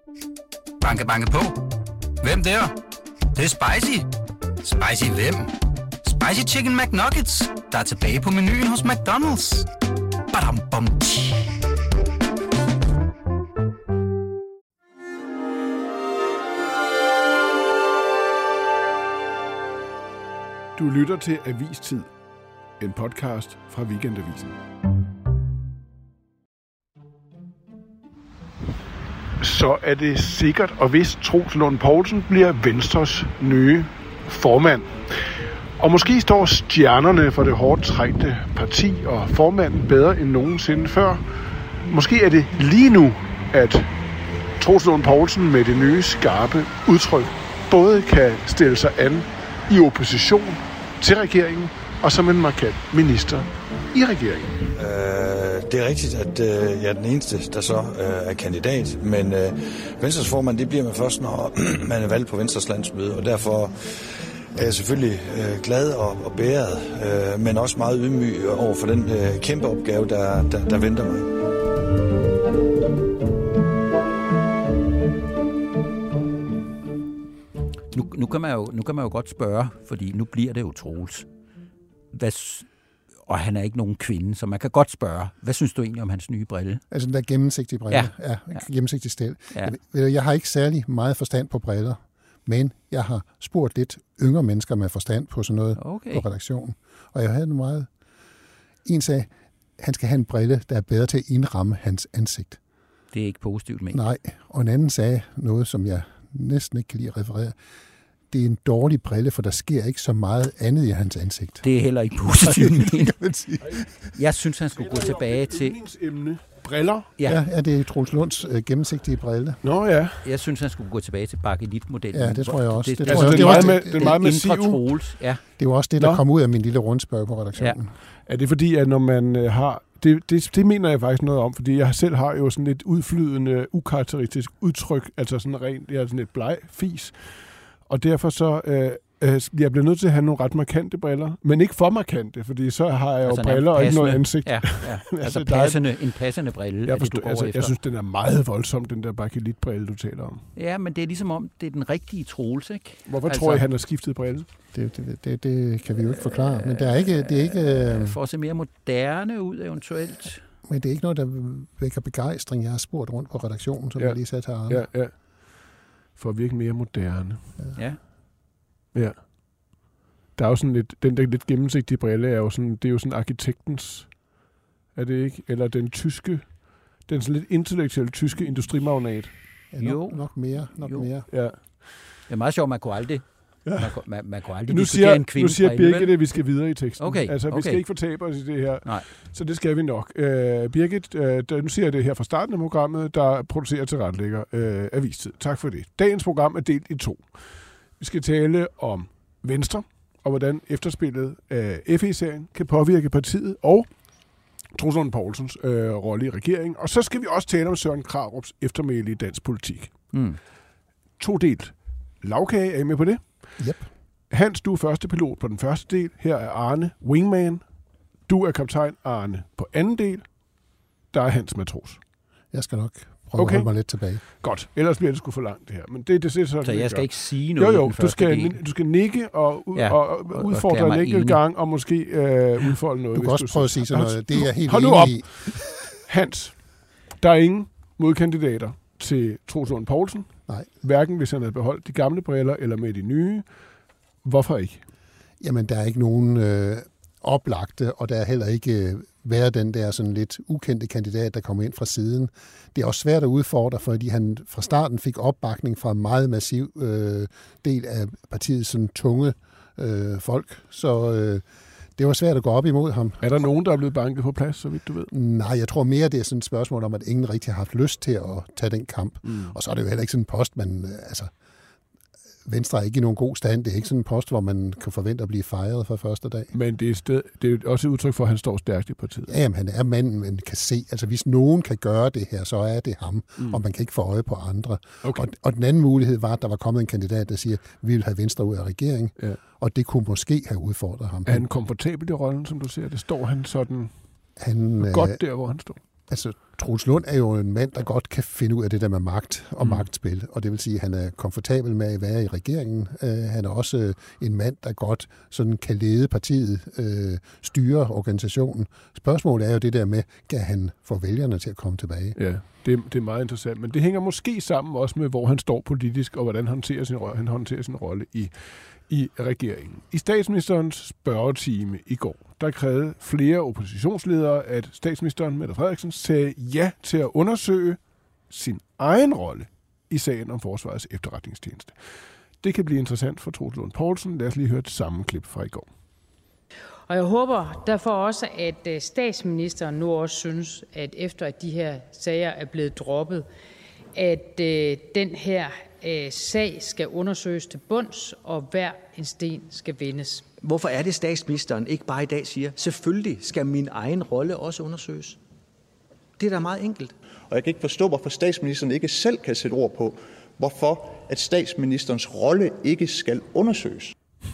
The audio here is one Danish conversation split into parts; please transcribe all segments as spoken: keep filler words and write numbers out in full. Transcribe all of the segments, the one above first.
Banke, banke på. Hvem der? Det, det er spicy. Spicy hvem? Spicy Chicken McNuggets, der er tilbage på menuen hos McDonald's. Badum, bom, tji. Du lytter til Avistid, en podcast fra Weekendavisen. Så er det sikkert og vist, Troels Lund Poulsen bliver Venstres nye formand. Og måske står stjernerne for det hårdt trængte parti og formanden bedre end nogensinde før. Måske er det lige nu, at Troels Lund Poulsen med det nye skarpe udtryk både kan stille sig an i opposition til regeringen og som en markant minister i regeringen. Øh, det er rigtigt, at øh, jeg er den eneste, der så øh, er kandidat, men øh, Venstres formand, det bliver man først, når man er valgt på Venstres landsmøde, og derfor er jeg selvfølgelig øh, glad og, og bæret, øh, men også meget ydmyg over for den øh, kæmpe opgave, der, der, der venter mig. Nu, nu, kan man jo, nu kan man jo godt spørge, fordi nu bliver det jo Troels. Hvad, og han er ikke nogen kvinde, så man kan godt spørge, hvad synes du egentlig om hans nye brille? Altså den der gennemsigtige brille? Ja. Ja, ja. Gennemsigtig stel. Ja. Jeg, jeg har ikke særlig meget forstand på briller, men jeg har spurgt lidt yngre mennesker med forstand på sådan noget okay. på redaktionen. Og jeg havde en meget... En sagde, han skal have en brille, der er bedre til at indramme hans ansigt. Det er ikke positivt ment. Nej, og en anden sagde noget, som jeg næsten ikke kan lide at referere. Det er en dårlig brille, for der sker ikke så meget andet i hans ansigt. Det er heller ikke positivt ment. Jeg synes, han skulle gå tilbage til... Briller? Ja, ja, ja, det er Troels Lunds øh, gennemsigtige brille. Nå ja. Jeg synes, han skulle gå tilbage til bakelit-modellen. Ja, det tror jeg også. Det, det, det, altså, det, det, er, meget, det er meget massiv. Troels, ja. Det var også det, der Nå. kom ud af min lille rundspørg på redaktionen. Ja. Er det fordi, at når man øh, har... Det, det, det mener jeg faktisk noget om, fordi jeg selv har jo sådan et udflydende, ukarakteristisk udtryk, altså sådan rent, jeg er sådan et bleg fis. Og derfor så... Øh, jeg bliver nødt til at have nogle ret markante briller, men ikke for markante, fordi så har jeg jo altså briller og ikke noget ansigt. Ja, ja. altså passende, en passende brille, jeg, forstår, det, du går altså, efter. Jeg synes, den er meget voldsom, den der bakelitbrille, du taler om. Ja, men det er ligesom om, det er den rigtige Troels, ikke? Hvorfor altså, tror jeg, han har skiftet brille? Det, det, det, det kan vi jo ikke forklare, men det er ikke... Det er ikke for at se mere moderne ud, eventuelt. Men det er ikke noget, der vækker begejstring. Jeg har spurgt rundt på redaktionen, som ja. jeg lige sagde til Arne. Ja, ja. For at virke mere moderne. Ja. Ja. Ja. Der er jo sådan lidt, den der lidt gennemsigtige brille er jo sådan, det er jo sådan arkitektens, er det ikke? Eller den tyske, den sådan lidt intellektuelle tyske industrimagnat. Ja, nok, jo. Nok mere, nok jo. mere. Ja. Det er meget sjovt, man kunne aldrig, ja. man, man, man kunne aldrig nu siger, en kvinde. Nu siger Birgit, at vi skal videre i teksten. Okay. Altså, vi okay. skal ikke fortabe os i det her. Nej. Så det skal vi nok. Uh, Birgit, uh, der, nu siger jeg det her fra starten af programmet, der producerer til retlægger uh, Avistid. Tak for det. Dagens program er delt i to. Vi skal tale om Venstre, og hvordan efterspillet af F E-serien kan påvirke partiet og Troels Lund Poulsens øh, rolle i regeringen. Og så skal vi også tale om Søren Krarups eftermæle i dansk politik. Mm. To delt lavkage, er I med på det? Yep. Hans, du er første pilot på den første del. Her er Arne wingman. Du er kaptajn Arne på anden del. Der er Hans matros. Jeg skal nok prøve okay. at holde mig lidt tilbage. Godt, ellers bliver det sgu for langt det her. Men det, det, det, sådan, så jeg skal gør. ikke sige noget. Jo, jo, du skal, du skal nikke og, ud, ja, og, og udfordre en enkelt gang, og måske øh, udfolde noget. Du kan også prøve at sige sådan noget. Det er jeg helt Hold enig op. i. Hans, der er ingen modkandidater til Troels Lund Poulsen. Nej. Hverken hvis han havde beholdt de gamle briller, eller med de nye. Hvorfor ikke? Jamen, der er ikke nogen øh, oplagte, og der er heller ikke øh, været den der sådan lidt ukendte kandidat, der kommer ind fra siden. Det er også svært at udfordre, fordi han fra starten fik opbakning fra en meget massiv øh, del af partiets sådan tunge øh, folk. Så øh, det var svært at gå op imod ham. Er der nogen, der er blevet banket på plads, så vidt du ved? Nej, jeg tror mere, det er sådan et spørgsmål om, at ingen rigtig har haft lyst til at tage den kamp. Mm. Og så er det jo heller ikke sådan en post, man... Altså, Venstre er ikke i nogen god stand. Det er ikke sådan en post, hvor man kan forvente at blive fejret fra første dag. Men det er, sted, det er også et udtryk for, at han står stærkt i partiet. Ja, jamen, han er manden, man kan se. Altså, hvis nogen kan gøre det her, så er det ham, mm. og man kan ikke få øje på andre. Okay. Og, og den anden mulighed var, at der var kommet en kandidat, der siger, at vi vil have Venstre ud af regeringen, ja. Og det kunne måske have udfordret ham. Er han komfortabel i rollen, som du ser? Det står han sådan han, godt der, hvor han står? Altså, Troels Lund er jo en mand, der godt kan finde ud af det der med magt og mm. magtspil, og det vil sige, at han er komfortabel med at være i regeringen. Uh, han er også uh, en mand, der godt sådan kan lede partiet, uh, styre organisationen. Spørgsmålet er jo det der med, kan han få vælgerne til at komme tilbage? Ja, det, det er meget interessant, men det hænger måske sammen også med, hvor han står politisk, og hvordan han håndterer sin, han håndterer sin rolle i i regeringen. I statsministerens spørgetime i går, der krævede flere oppositionsledere, at statsministeren Mette Frederiksen sagde ja til at undersøge sin egen rolle i sagen om Forsvarets efterretningstjeneste. Det kan blive interessant for Troels Lund Poulsen. Lad os lige høre et sammenklip fra i går. Og jeg håber derfor også, at statsministeren nu også synes, at efter at de her sager er blevet droppet, at øh, den her øh, sag skal undersøges til bunds, og hver en sten skal vendes. Hvorfor er det, statsministeren ikke bare i dag siger, selvfølgelig skal min egen rolle også undersøges? Det er da meget enkelt. Og jeg kan ikke forstå, hvorfor statsministeren ikke selv kan sætte ord på, hvorfor at statsministerens rolle ikke skal undersøges.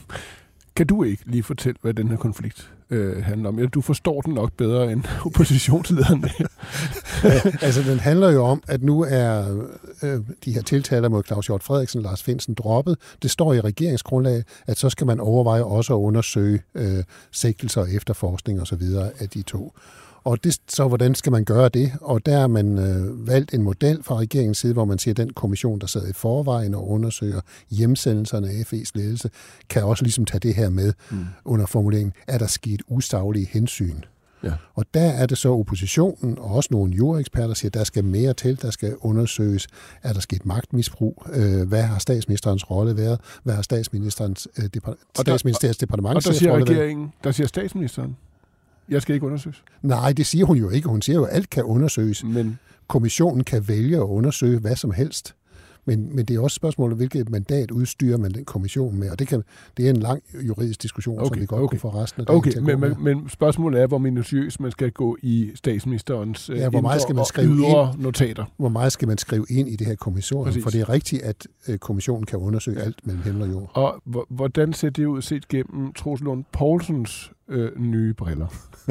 Kan du ikke lige fortælle, hvad den her konflikt øh, handler om? Du forstår den nok bedre end oppositionslederne. Ja, altså, den handler jo om, at nu er øh, de her tiltaler mod Claus Hjort Frederiksen og Lars Findsen droppet. Det står i regeringsgrundlaget, at så skal man overveje også at undersøge øh, sigtelser og efterforskning osv. af de to. Og det, så hvordan skal man gøre det? Og der har man øh, valgt en model fra regeringens side, hvor man siger, at den kommission, der sidder i forvejen og undersøger hjemsendelserne af F E's ledelse, kan også ligesom tage det her med mm. under formuleringen, er der sket usaglige hensyn. Ja. Og der er det så oppositionen og også nogle juraeksperter, der siger, at der skal mere til, der skal undersøges. Er der sket magtmisbrug? Hvad har statsministerens rolle været? Hvad har statsministerens øh, depart- statsministeriets departements rolle været? Og der siger regeringen, der siger statsministeren, jeg skal ikke undersøges. Nej, det siger hun jo ikke. Hun siger jo, at alt kan undersøges. Men kommissionen kan vælge at undersøge hvad som helst. Men, men det er også spørgsmålet, hvilket mandat udstyrer man den kommission med. Og det, kan, det er en lang juridisk diskussion, okay, som vi godt okay. kunne få resten af dagen okay, til at men, gå men, men spørgsmålet er, hvor minutiøst man skal gå i statsministerens ja, hvor meget skal man skrive ydre ind, notater. Hvor meget skal man skrive ind i det her kommissorium? For det er rigtigt, at øh, kommissionen kan undersøge alt mellem himmel og jord. Og h- hvordan ser det ud set gennem Troels Lund Poulsens øh, nye briller?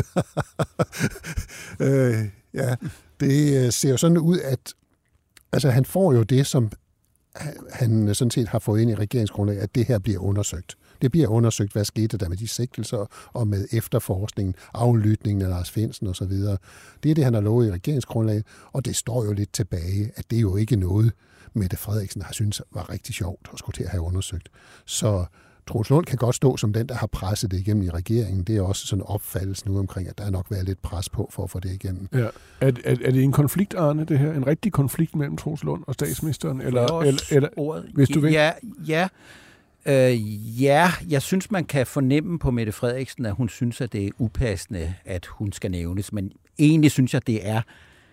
øh, ja, det ser jo sådan ud, at altså, han får jo det, som han sådan set har fået ind i regeringsgrundlaget, at det her bliver undersøgt. Det bliver undersøgt, hvad skete der med de sigtelser og med efterforskningen, aflytningen af Lars Findsen osv. Det er det, han har lovet i regeringsgrundlaget, og det står jo lidt tilbage, at det er jo ikke noget, Mette Frederiksen har syntes var rigtig sjovt at skulle til at have undersøgt. Så Troels Lund kan godt stå som den, der har presset det igennem i regeringen. Det er også sådan en opfattelse nu omkring, at der er nok været lidt pres på for at få det igennem. Ja. Er, er, er det en konflikt, Arne, det her? En rigtig konflikt mellem Troels Lund og statsministeren? Eller, eller, eller ordet. Hvis du vil? Ja, ja. Øh, ja, jeg synes, man kan fornemme på Mette Frederiksen, at hun synes, at det er upassende, at hun skal nævnes. Men egentlig synes jeg, det er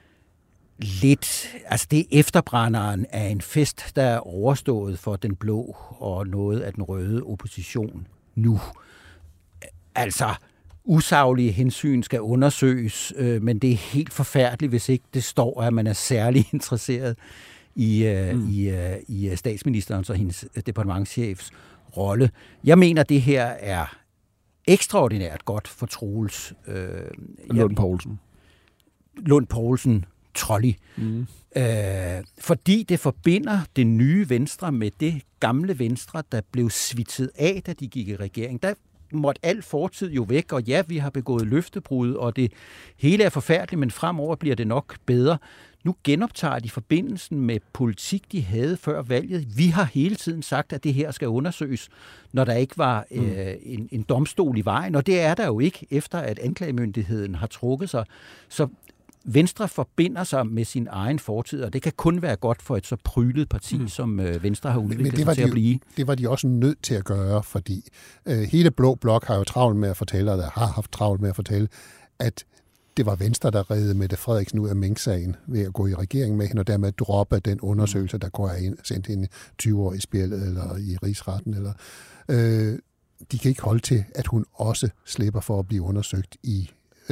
lidt, altså det er efterbrænderen af en fest, der er overstået for den blå og noget af den røde opposition nu. Altså, usaglige hensyn skal undersøges, øh, men det er helt forfærdeligt, hvis ikke det står, at man er særlig interesseret i, øh, mm. i, øh, i statsministerens og hendes departementschefs rolle. Jeg mener, det her er ekstraordinært godt for Troels. Øh, Lund Poulsen. Lund Poulsen. Trolley. Mm. Øh, fordi det forbinder det nye Venstre med det gamle Venstre, der blev svitset af, da de gik i regering. Der måtte al fortid jo væk, og ja, vi har begået løftebrud, og det hele er forfærdeligt, men fremover bliver det nok bedre. Nu genoptager de forbindelsen med politik, de havde før valget. Vi har hele tiden sagt, at det her skal undersøges, når der ikke var mm. øh, en, en domstol i vejen, og det er der jo ikke, efter at anklagemyndigheden har trukket sig. Så Venstre forbinder sig med sin egen fortid, og det kan kun være godt for et så prylet parti, mm. som øh, Venstre har udviklet sig til de, at blive. Det var de også nødt til at gøre, fordi øh, hele Blå Blok har jo travlt med at fortælle, eller har haft travlt med at fortælle, at det var Venstre, der reddede Mette Frederiksen ud af Mink-sagen ved at gå i regering med hende, og dermed droppe den undersøgelse, der går ind, sendt hende tyve år i spjældet, eller i rigsretten. Eller, øh, de kan ikke holde til, at hun også slipper for at blive undersøgt i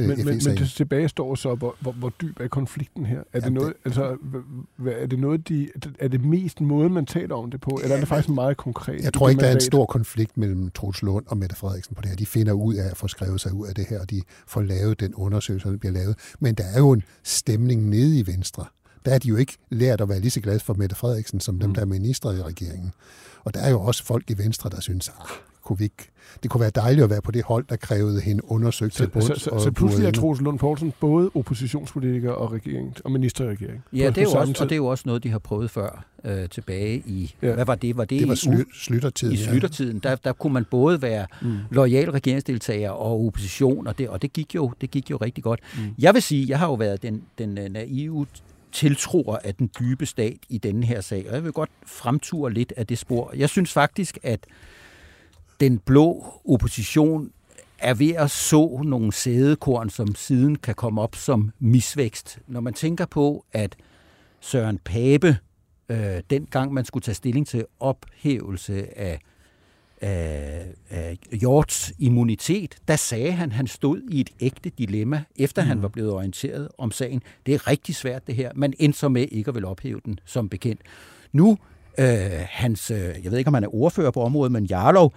øh, men, F E-sagen. Men, men det tilbage står så, hvor, hvor, hvor dyb er konflikten her? Er ja, det noget, det, altså, hvad, er det noget, de, er det mest måde, man taler om det på, eller ja, er det faktisk meget konkret? Jeg tror ikke, der er en stor konflikt mellem Troels Lund og Mette Frederiksen på det her. De finder ud af at få skrevet sig ud af det her, og de får lavet den undersøgelse, der bliver lavet. Men der er jo en stemning nede i Venstre. Der er de jo ikke lært at være lige så glade for Mette Frederiksen, som dem, der er ministre i regeringen. Og der er jo også folk i Venstre, der synes, ah, kunne vi ikke... det kunne være dejligt at være på det hold, der krævede hende undersøgt til bunds. Så, så, så, så pludselig er Troels Lund Poulsen både oppositionspolitiker og, regering, og minister i regeringen? Ja, det er jo også, og det er jo også noget, de har prøvet før øh, tilbage i... Ja. Hvad var det? Var det, det var sly, Slyttertiden. I Slyttertiden, ja. der, der kunne man både være mm. loyal regeringsdeltager og opposition, og det, og det, gik, jo, det gik jo rigtig godt. Mm. Jeg vil sige, jeg har jo været den, den naive tiltroer af den dybe stat i denne her sag, og jeg vil godt fremture lidt af det spor. Jeg synes faktisk, at den blå opposition er ved at så nogle sædekorn, som siden kan komme op som misvækst. Når man tænker på, at Søren Pape, øh, dengang man skulle tage stilling til ophævelse af, af, af Hjorts immunitet, der sagde han, at han stod i et ægte dilemma, efter mm. han var blevet orienteret om sagen. Det er rigtig svært det her. Man endte så med ikke at vil ophæve den, som bekendt. Nu, øh, hans, øh, jeg ved ikke, om han er ordfører på området, men Jarlov,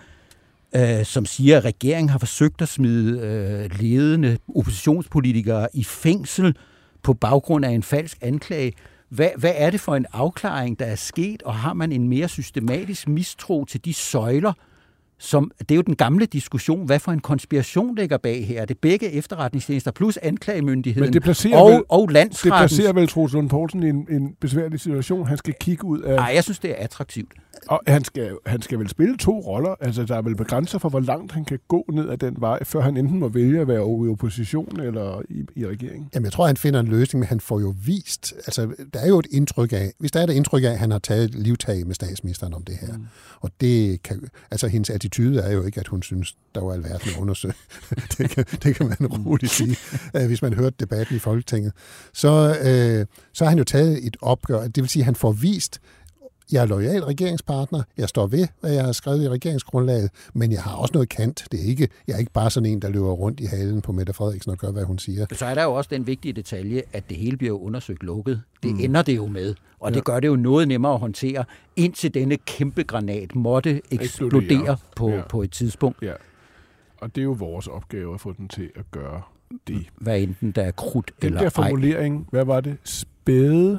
øh, som siger, at regeringen har forsøgt at smide øh, ledende oppositionspolitikere i fængsel på baggrund af en falsk anklage. Hvad, hvad er det for en afklaring, der er sket, og har man en mere systematisk mistro til de søjler, som, det er jo den gamle diskussion, hvad for en konspiration ligger bag her? Det er begge efterretningstjenester plus anklagemyndigheden og, vel, og landsretten. Det placerer vel Troels Lund Poulsen i en, en besværlig situation. Han skal kigge ud af... Nej, jeg synes, det er attraktivt. Og han skal, han skal vel spille to roller. Altså, der er vel begrænser for, hvor langt han kan gå ned ad den vej, før han enten må vælge at være i opposition eller i, i regeringen. Jamen, jeg tror, han finder en løsning, men han får jo vist... Altså, der er jo et indtryk af... Hvis der er et indtryk af, at han har taget et livtag med statsministeren om det her, mm. og det kan... Altså, hendes attitude er jo ikke, at hun synes, der var alverden at undersøge. det, kan, det kan man roligt sige, hvis man hørte debatten i Folketinget. Så, øh, så har han jo taget et opgør. Det vil sige, at han får vist, jeg er loyal regeringspartner, jeg står ved, hvad jeg har skrevet i regeringsgrundlaget, men jeg har også noget kant. Det er ikke, jeg er ikke bare sådan en, der løber rundt i halen på Mette Frederiksen og gør, hvad hun siger. Så er der jo også den vigtige detalje, at det hele bliver undersøgt lukket. Det mm. ender det jo med, og ja. det gør det jo noget nemmere at håndtere, indtil denne kæmpe granat måtte eksplodere på, ja. på et tidspunkt. Ja. Og det er jo vores opgave at få den til at gøre det. Hvad enten der er krudt den eller ej. Den der formulering, hvad var det? Spæde.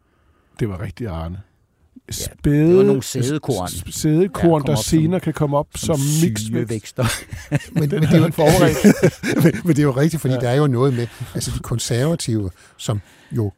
Det var rigtig Arne. Spæde, ja, det var nogle sædekorn, sædekorn ja, der senere som, kan komme op som, som mixvækster. men, men, det er jo men, men det er jo rigtigt, fordi ja. der er jo noget med, altså de konservative, som jo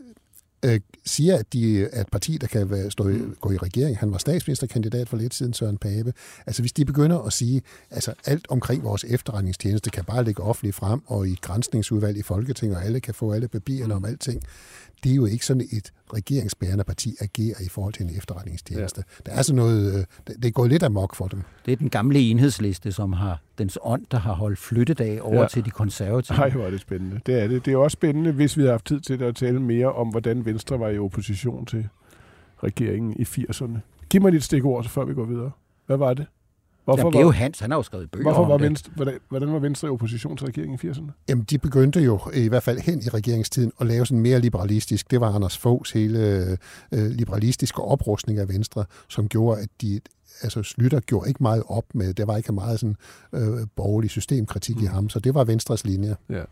øh, siger, at de er et parti, der kan være, stå i, gå i regering. Han var statsministerkandidat for lidt siden, Søren Pape. Altså hvis de begynder at sige, altså alt omkring vores efterretningstjeneste kan bare ligge offentligt frem, og i granskningsudvalg i Folketinget, og alle kan få alle papirerne om alting. Det er jo ikke sådan et regeringsbærende parti agerer i forhold til en efterretningstjeneste. Ja. Der er sådan noget, det er gået lidt amok for dem. Det er den gamle enhedsliste, som har dens ånd, der har holdt flyttedag over ja. til de konservative. Nej, hvor er det spændende. Det er det. Det er også spændende, hvis vi har haft tid til at tale mere om, hvordan Venstre var i opposition til regeringen i firserne. Giv mig lidt stikord, før vi går videre. Hvad var det? Hvorfor Jamen, det er jo Hans, han har jo skrevet bøger hvorfor var om Venstre, hvordan, hvordan var Venstre i opposition til regeringen i firserne? Jamen, de begyndte jo i hvert fald hen i regeringstiden at lave sådan mere liberalistisk. Det var Anders Foghs hele øh, liberalistiske oprustning af Venstre, som gjorde, at de, altså Slytter gjorde ikke meget op med, der var ikke meget sådan øh, borgerlig systemkritik mm. i ham, så det var Venstres linje. Ja.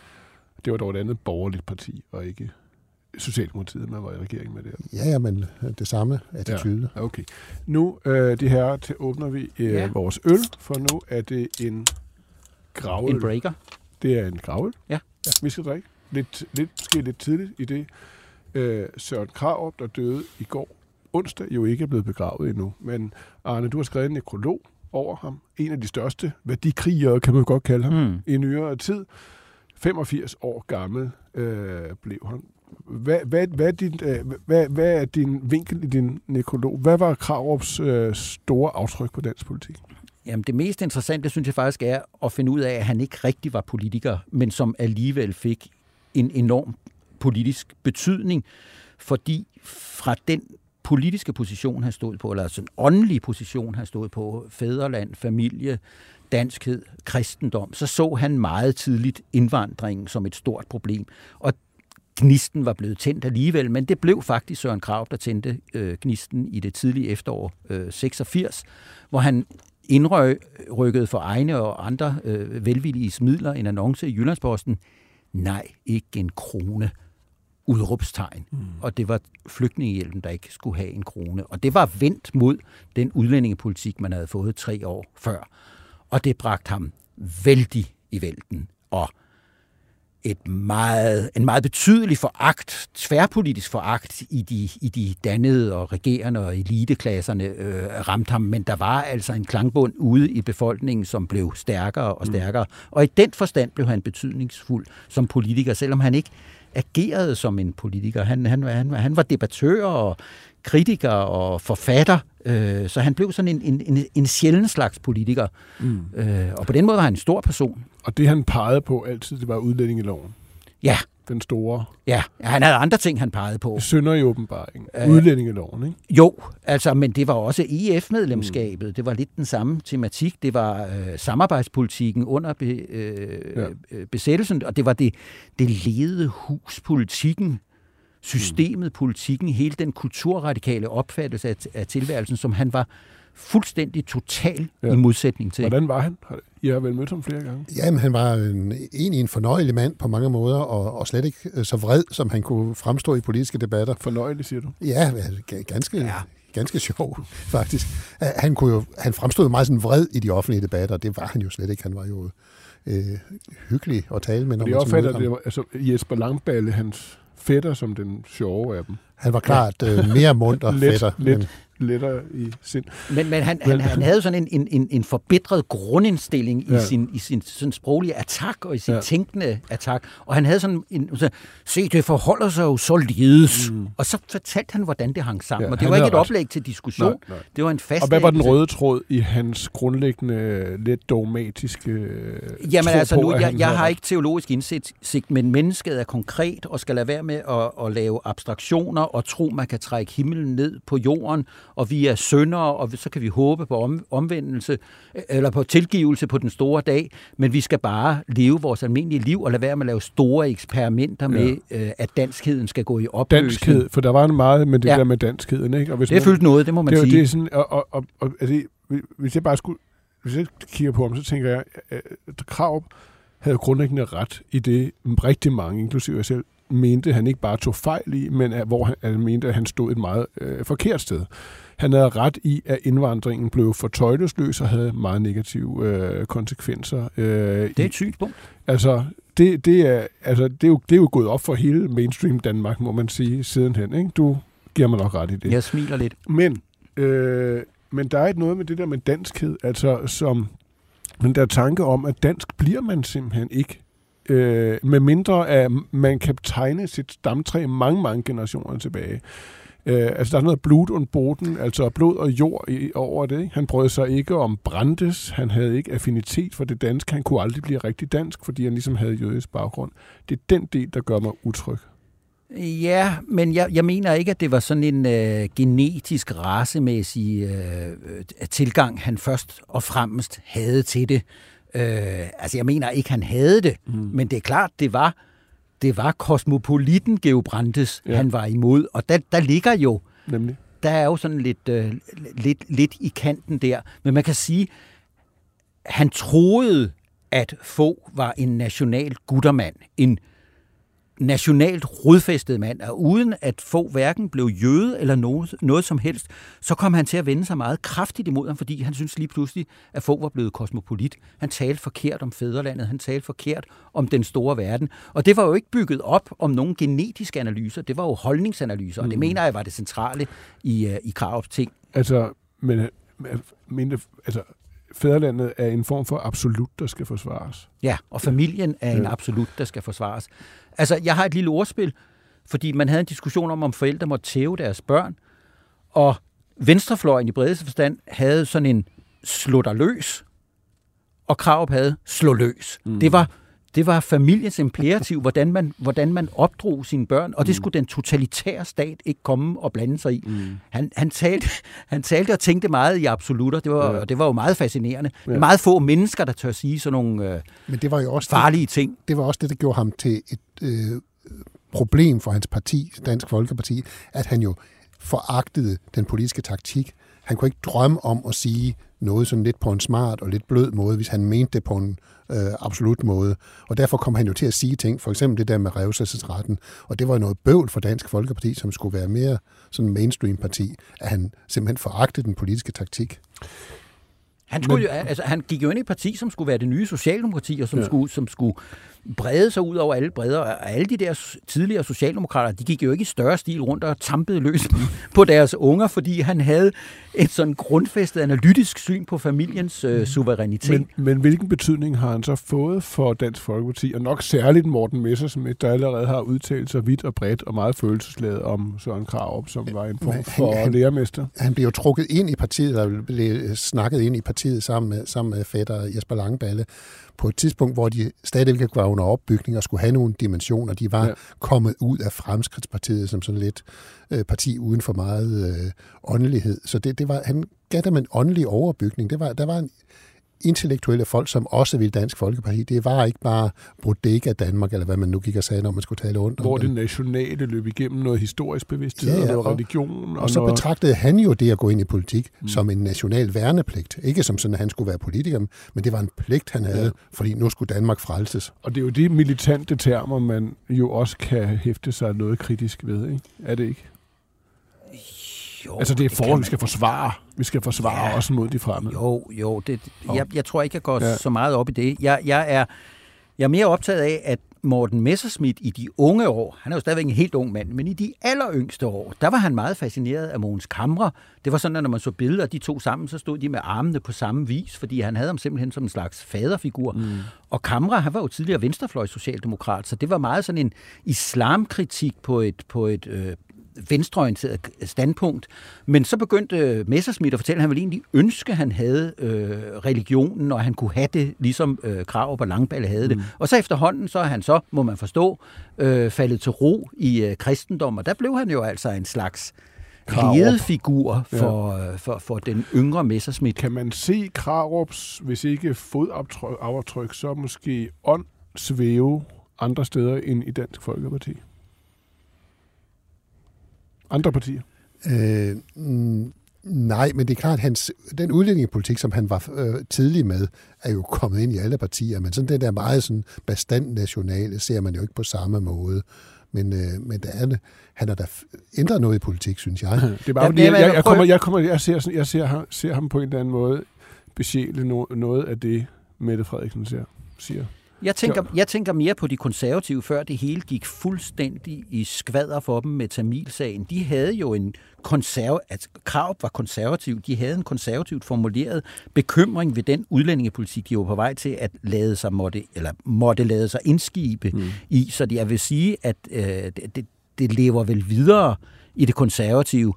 Det var dog et andet borgerligt parti, og ikke Socialdemokratiet, man var i regering med det. Ja, ja, men det samme attitude. Ja, okay. Nu, øh, det her, til åbner vi øh, ja. vores øl, for nu er det en gravøl. En breaker. Det er en gravøl. Ja. ja. Vi skal drikke. Lidt, lidt, måske lidt tidligt i det. Øh, Søren Krarup, der døde i går onsdag, jo ikke er blevet begravet endnu. Men Arne, du har skrevet en nekrolog over ham. En af de største værdikrigere, kan man godt kalde ham, mm. i nyere tid. femogfirs år gammel øh, blev han. Hvad, hvad, hvad, er din, hvad, hvad er din vinkel i din nekrolog? Hvad var Krarups øh, store aftryk på dansk politik? Jamen, det mest interessante, synes jeg faktisk, er at finde ud af, at han ikke rigtig var politiker, men som alligevel fik en enorm politisk betydning, fordi fra den politiske position, han stod på, eller altså en åndelig position, han stod på, fædreland, familie, danskhed, kristendom, så så han meget tidligt indvandringen som et stort problem. Og gnisten var blevet tændt alligevel, men det blev faktisk Søren Krarup, der tændte øh, gnisten i det tidlige efterår øh, seksogfirs, hvor han indrykkede for egne og andre øh, velvillige midler en annonce i Jyllandsposten. Nej, ikke en krone. Udråbstegn. Mm. Og det var flygtningehjælpen, der ikke skulle have en krone. Og det var vendt mod den udlændingepolitik, man havde fået tre år før. Og det bragte ham vældig i vælten. Og et meget, en meget betydelig foragt, tværpolitisk foragt i de, i de dannede og regerende og eliteklasserne øh, ramte ham, men der var altså en klangbund ude i befolkningen, som blev stærkere og stærkere. Mm. Og i den forstand blev han betydningsfuld som politiker, selvom han ikke agerede som en politiker. Han, han, han, han var debattør og kritiker og forfatter, øh, så han blev sådan en, en, en, en sjælden slags politiker. Mm. Øh, og på den måde var han en stor person. Og det, han pegede på altid, det var udlændingeloven. Ja. Den store. Ja, han havde andre ting, han pegede på. Sønder i åbenbaring. Øh, Udlændingeloven, ikke? Jo, altså, men det var også E F-medlemskabet. Mm. Det var lidt den samme tematik. Det var øh, samarbejdspolitikken under be, øh, ja. besættelsen, og det var det, det ledede huspolitikken, systemet, politikken, hele den kulturradikale opfattelse af, af tilværelsen, som han var fuldstændig total ja. i modsætning til. Hvordan var han? I har vel mødt ham flere gange? Jamen, han var en, egentlig en fornøjelig mand på mange måder, og, og slet ikke så vred, som han kunne fremstå i politiske debatter. Fornøjelig, siger du? Ja, ganske, ja. ganske sjov, faktisk. Han, kunne jo, han fremstod meget sådan vred i de offentlige debatter, og det var han jo slet ikke. Han var jo øh, hyggelig at tale med. De opfatter det, altså Jesper Langballe, hans fætter, som den sjove af dem. Han var klart øh, mere munter fætter. Lidt, men lettere i sind. Men, men han, han, han havde sådan en, en, en forbedret grundindstilling ja. i sin, i sin sådan sproglige attack og i sin ja. tænkende attack. Og han havde sådan en, så, se, det forholder sig jo således. Mm. Og så fortalte han, hvordan det hang sammen. Ja, og det var ikke et ret. oplæg til diskussion. Nej, nej. Det var en fast. Og hvad var den røde tråd i hans grundlæggende, lidt dogmatiske Jamen altså, på, nu, jeg, jeg har ret. ikke teologisk indsigt, men mennesket er konkret og skal lade være med at, at lave abstraktioner og tro, man kan trække himlen ned på jorden, og vi er syndere, og så kan vi håbe på om, omvendelse, eller på tilgivelse på den store dag, men vi skal bare leve vores almindelige liv, og lade være med at lave store eksperimenter med, ja. øh, at danskheden skal gå i opløsning. Danskhed, for der var meget med det ja. der med danskheden, ikke? Og hvis det er fyldt noget, det må man det, sige. Det er sådan, og, og, og, og altså, hvis jeg bare skulle, hvis jeg kigger på ham, så tænker jeg, at Krarup havde grundlæggende ret i det, rigtig mange, inklusive jeg selv, mente, han ikke bare tog fejl i, men at, hvor han, han mente, at han stod et meget øh, forkert sted. Han havde ret i, at indvandringen blev for tøjlesløs og havde meget negative øh, konsekvenser. Øh, det er et synspunkt. Altså, det, det, er, altså det, er jo, det er jo gået op for hele mainstream Danmark, må man sige, sidenhen. Ikke? Du giver mig nok ret i det. Jeg smiler lidt. Men, øh, men der er et noget med det der med danskhed, altså som den der tanke om, at dansk bliver man simpelthen ikke. Øh, med mindre at man kan tegne sit stamtræ mange, mange generationer tilbage. Øh, altså der er noget blod und Boden, altså blod og jord i, over det. Ikke? Han brød sig ikke om Brandes, han havde ikke affinitet for det danske, han kunne aldrig blive rigtig dansk, fordi han ligesom havde jødisk baggrund. Det er den del, der gør mig utryg. Ja, men jeg, jeg mener ikke, at det var sådan en øh, genetisk, racemæssig øh, tilgang, han først og fremmest havde til det. Øh, altså jeg mener ikke, han havde det, mm. men det er klart, det var det var kosmopoliten Georg Brandes, ja. han var imod, og der, der ligger jo, Nemlig. der er jo sådan lidt, øh, lidt, lidt i kanten der, men man kan sige, han troede, at Fogh var en national guttermand, en nationalt rodfæstet mand, og uden at Fogh hverken blev jøde eller noget, noget som helst, så kom han til at vende sig meget kraftigt imod ham, fordi han synes lige pludselig, at Fogh var blevet kosmopolit. Han talte forkert om fædrelandet, han talte forkert om den store verden, og det var jo ikke bygget op om nogle genetiske analyser, det var jo holdningsanalyser, og det mm. mener jeg var det centrale i, uh, i Krarups ting. Altså, men, men altså, fædrelandet er en form for absolut, der skal forsvares. Ja, og familien er en absolut, der skal forsvares. Altså, jeg har et lille ordspil, fordi man havde en diskussion om, om forældre måtte tæve deres børn, og venstrefløjen i bredeste forstand havde sådan en slå dig løs, og Krarup havde slå løs. Mm. Det var Det var familiens imperativ, hvordan man, hvordan man opdrog sine børn, og det skulle den totalitære stat ikke komme og blande sig i. Mm. Han, han, talte, han talte og tænkte meget i absolutter, det var, ja. og det var jo meget fascinerende. Ja. Det er meget få mennesker, der tør sige sådan nogle øh, Men det var jo også farlige det, ting. Det var også det, der gjorde ham til et øh, problem for hans parti, Dansk Folkeparti, at han jo foragtede den politiske taktik. Han kunne ikke drømme om at sige noget sådan lidt på en smart og lidt blød måde, hvis han mente det på en øh, absolut måde. Og derfor kom han jo til at sige ting, for eksempel det der med revselsesretten. Og det var noget bøvl for Dansk Folkeparti, som skulle være mere sådan en mainstream-parti, at han simpelthen foragtede den politiske taktik. Han, skulle jo, altså, han gik jo ind i et parti, som skulle være det nye socialdemokrati, og som, ja. skulle, som skulle brede sig ud over alle bredder. Og alle de der tidligere socialdemokrater, de gik jo ikke i større stil rundt og tampede løs på deres unger, fordi han havde et sådan grundfæstet analytisk syn på familiens øh, suverænitet. Men, men hvilken betydning har han så fået for Dansk Folkeparti, og nok særligt Morten Messerschmidt, der allerede har udtalt sig vidt og bredt og meget følelsesladet om Søren Krarup, som var en form for han, lærermester? Han blev jo trukket ind i partiet, eller blev snakket ind i partiet sammen med, sammen med fætter Jesper Langballe, på et tidspunkt, hvor de stadigvæk var under opbygning og skulle have nogle dimensioner. De var ja. kommet ud af Fremskridtspartiet som sådan lidt øh, parti uden for meget øh, åndelighed. Så det, det var, han gav dem en åndelig overbygning. Det var, der var en intellektuelle folk, som også ville Dansk Folkeparti. Det var ikke bare Bodega Danmark, eller hvad man nu gik og sagde, når man skulle tale ondt om hvor det nationale løb igennem noget historisk bevidsthed, ja, ja, og noget religion. Og, og så noget... betragtede han jo det at gå ind i politik mm. som en national værnepligt. Ikke som sådan, at han skulle være politiker, men det var en pligt, han havde, ja. fordi nu skulle Danmark frelses. Og det er jo de militante termer, man jo også kan hæfte sig noget kritisk ved, ikke? Er det ikke? Jo, altså det er forhold, vi skal forsvare. Vi skal forsvare ja. os mod de fremmede. Jo, jo. Det, jeg, jeg tror ikke, jeg går ja. så meget op i det. Jeg, jeg, er, jeg er mere optaget af, at Morten Messerschmidt i de unge år, han er jo stadigvæk en helt ung mand, men i de alleryngste år, der var han meget fascineret af Mogens Camre. Det var sådan, at når man så billeder af de to sammen, så stod de med armene på samme vis, fordi han havde ham simpelthen som en slags faderfigur. Mm. Og Camre, han var jo tidligere venstrefløjs socialdemokrat, så det var meget sådan en islamkritik på et, på et øh, venstreorienteret standpunkt. Men så begyndte Messerschmidt at fortælle, at han ville egentlig ønske, at han havde øh, religionen, og han kunne have det, ligesom øh, Krarup og Langballe havde det. Mm. Og så efterhånden, så er han så, må man forstå, øh, faldet til ro i øh, kristendom, og der blev han jo altså en slags ledefigur for, ja. øh, for, for den yngre Messerschmidt. Kan man se Krarups, hvis ikke fodaftryk, så måske ånd svæve andre steder end i Dansk Folkeparti? Andre partier? Øh, mm, nej, men det er klart, at hans, den udlændingepolitik, som han var øh, tidlig med, er jo kommet ind i alle partier, men sådan det der meget sådan bestand nationale, ser man jo ikke på samme måde. Men, øh, men der er, han har da ændret noget i politik, synes jeg. Det er bare, fordi, jeg, jeg, jeg, kommer, jeg, kommer, jeg, ser, jeg ser, ham, ser ham på en eller anden måde besjæle no, noget af det, Mette Frederiksen ser, siger. Jeg tænker, jeg tænker mere på de konservative, før det hele gik fuldstændig i skvader for dem med Tamilsagen. De havde jo en konserv... Altså, Krarup var konservativ. De havde en konservativt formuleret bekymring ved den udlændingepolitik, de var på vej til at lade sig måtte, eller måtte lade sig indskibe mm. i. Så jeg vil sige, at øh, det, det lever vel videre i det konservative.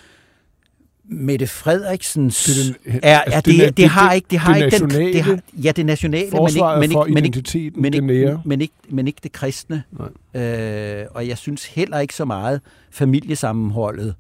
Mette Frederiksens det den, er, er det, det, det har ikke det har det ikke den det har, ja det nationale men ikke men ikke men ikke men ikke, men ikke men ikke det kristne. Øh, og jeg synes heller ikke så meget familiesammenholdet,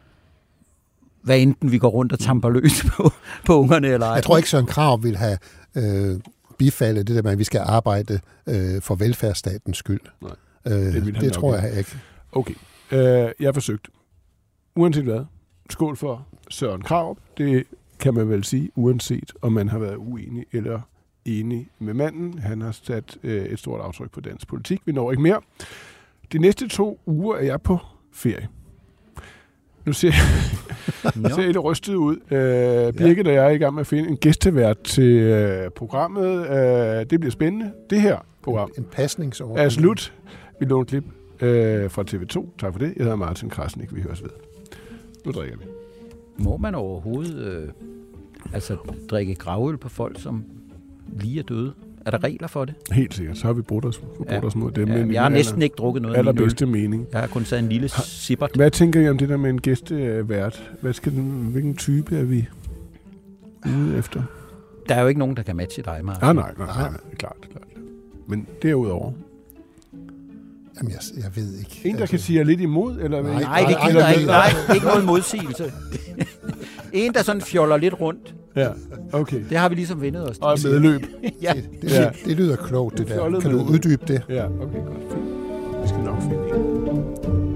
hvad enten vi går rundt og tamper løs på, på ungerne eller ej. Jeg tror ikke Søren Krarup vil have øh, bifaldet det der med at vi skal arbejde øh, for velfærdsstatens skyld. Nej, øh, det, det tror jeg ikke. Okay, øh, jeg har forsøgt. Uanset hvad. Skål for Søren Krarup. Det kan man vel sige, uanset om man har været uenig eller enig med manden. Han har sat øh, et stort aftryk på dansk politik. Vi når ikke mere. De næste to uger er jeg på ferie. Nu ser jeg ser lidt rystet ud. Øh, Birgit og jeg er i gang med at finde en gæstevært til øh, programmet. Øh, det bliver spændende. Det her program en, en pasningsordning er slut. Vi låner klip øh, fra T V to. Tak for det. Jeg hedder Martin Krasnik. Vi høres ved. Nu drikker vi. Må man overhovedet øh, altså drikke gravøl på folk, som lige er døde? Er der regler for det? Helt sikkert. Så har vi brugt os, brugt ja. os mod dem. Ja, jeg har næsten ikke drukket noget af min øl. Allerbedste mening. Jeg har kun taget en lille sippert. Hvad tænker I om det der med en gæstevært? Hvad skal den, hvilken type er vi ude efter? Der er jo ikke nogen, der kan matche dig, Martin. Ah, nej, nej, nej, nej. Klart, klart. Men derudover... Jamen, jeg, jeg ved ikke. En, der altså, kan sige lidt imod? Eller Nej, nej, det nej, gider nej, ikke. Nej, ikke noget modsigelse. En, der sådan fjoller lidt rundt. Ja, okay. Det har vi ligesom vendet os til. Og medløb. Ja. Det, det, Ja. det, det lyder klogt, det der. Fjollet Kan du med- uddybe det? Ja, okay, godt. Fint. Vi skal nok finde en.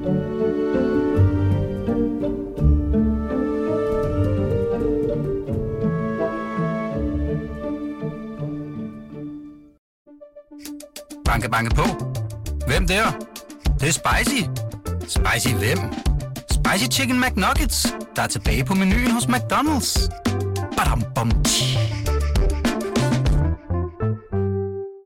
Banke, banke på. Hvem der? Det, det er spicy. Spicy hvem? Spicy Chicken McNuggets, der er tilbage på menuen hos McDonald's. Badum, bom, tji.